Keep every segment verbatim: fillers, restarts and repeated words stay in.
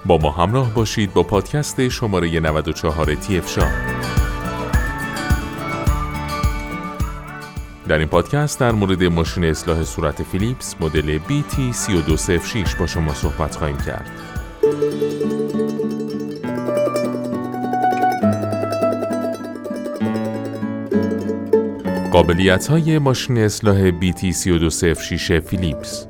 با ما همراه باشید با پادکست شماره نود و چهار تی اف شاپ. در این پادکست در مورد ماشین اصلاح صورت فیلیپس مدل بی تی سه دو صفر شش با شما صحبت خواهیم کرد. قابلیت‌های ماشین اصلاح بی تی سه دو صفر شش فیلیپس: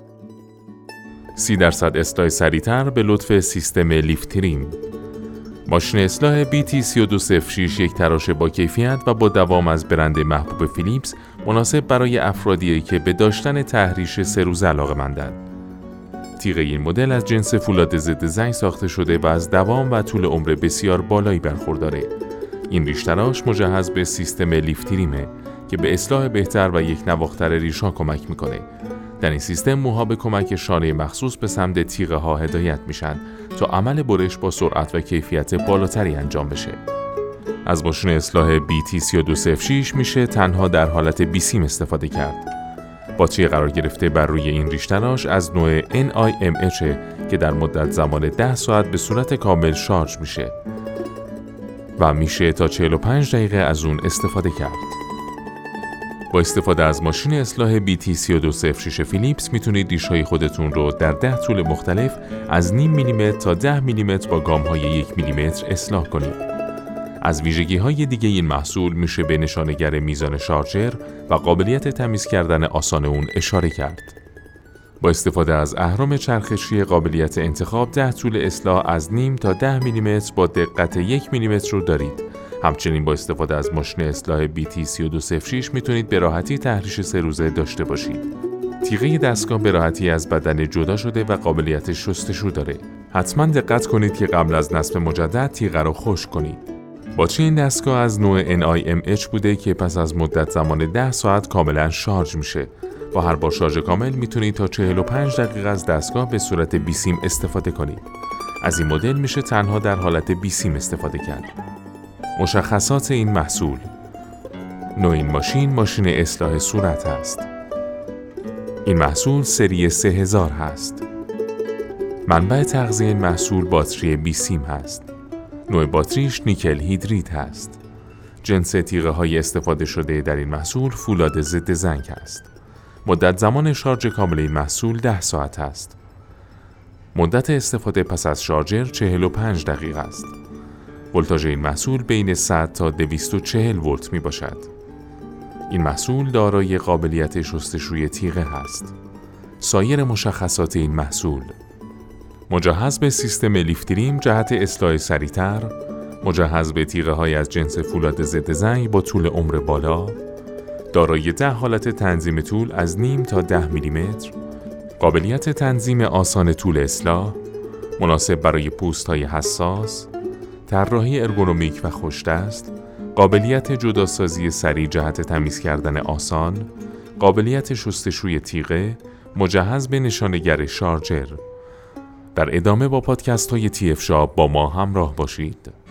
سی درصد اصلاح سریعتر به لطف سیستم لیفت تریم. ماشین اصلاح بی تی سه دو صفر شش یک تراش با کیفیت و با دوام از برند محبوب فیلیپس، مناسب برای افرادی که به داشتن تحریش سه روزه علاقه‌مندند. تیغ این مدل از جنس فولاد ضد زنگ ساخته شده و از دوام و طول عمر بسیار بالایی برخورداره. این ریش تراش مجهز به سیستم لیفت تریمه که به اصلاح بهتر و یک نواختر ریش‌ها کمک میکنه. در این سیستم موها به کمک شانه مخصوص به سمت تیغه ها هدایت میشن تا عمل برش با سرعت و کیفیت بالاتری انجام بشه. از ماشین اصلاح بی تی سه دو صفر شش میشه تنها در حالت بی سیم استفاده کرد. باتری قرار گرفته بر روی این ریش تراش از نوع ان آی ام اچ که در مدت زمان ده ساعت به صورت کامل شارژ میشه و میشه تا چهل و پنج دقیقه از اون استفاده کرد. با استفاده از ماشین اصلاح بی تی سه دو صفر شش فیلیپس میتونید ریش‌های خودتون رو در ده طول مختلف از نیم میلیمتر تا ده میلیمتر با گام‌های یک میلیمتر اصلاح کنید. از ویژگی‌های دیگه این محصول میشه به نشانگر میزان شارژر و قابلیت تمیز کردن آسان اون اشاره کرد. با استفاده از اهرم چرخشی قابلیت انتخاب ده طول اصلاح از نیم تا ده میلیمتر با دقت یک میلیمتر رو دارید. همچنین با استفاده از ماشین اصلاح بی تی سه دو صفر شش میتونید به راحتی تحریش سه روزه داشته باشید. تیغه دستگاه به راحتی از بدن جدا شده و قابلیت شستشو داره. حتما دقت کنید که قبل از نصب مجدد تیغه رو خشک کنید. باتری این دستگاه از نوع ان آی ام اچ بوده که پس از مدت زمان ده ساعت کاملا شارژ میشه. با هر بار شارژ کامل میتونید تا چهل و پنج دقیقه از دستگاه به صورت بی سیم استفاده کنید. از این مدل میشه تنها در حالت بی سیم استفاده کرد. مشخصات این محصول: نوع این ماشین ماشین اصلاح صورت هست. این محصول سری سه هزار هست. منبع تغذیه این محصول باتری بی سیم هست. نوع باتریش نیکل هیدرید هست. جنس تیغه های استفاده شده در این محصول فولاد ضد زنگ است. مدت زمان شارژ کامل این محصول ده ساعت است. مدت استفاده پس از شارژر چهل و پنج دقیقه است. ولتاژ این محصول بین صد تا دویست و چهل ولت می باشد. این محصول دارای قابلیت شستشوی تیغه هست. سایر مشخصات این محصول: مجهز به سیستم لیفت تریم جهت اصلاح سریعتر، مجهز به تیغه های از جنس فولاد ضد زنگ با طول عمر بالا، دارای ده حالت تنظیم طول از نیم تا ده میلیمتر، قابلیت تنظیم آسان طول اصلاح، مناسب برای پوست های حساس، طراحی ارگونومیک و خوش‌دست، قابلیت جداسازی سریع جهت تمیز کردن آسان، قابلیت شستشوی تیغه، مجهز به نشانگر شارژر. در ادامه با پادکست های تی اف شاپ با ما همراه باشید.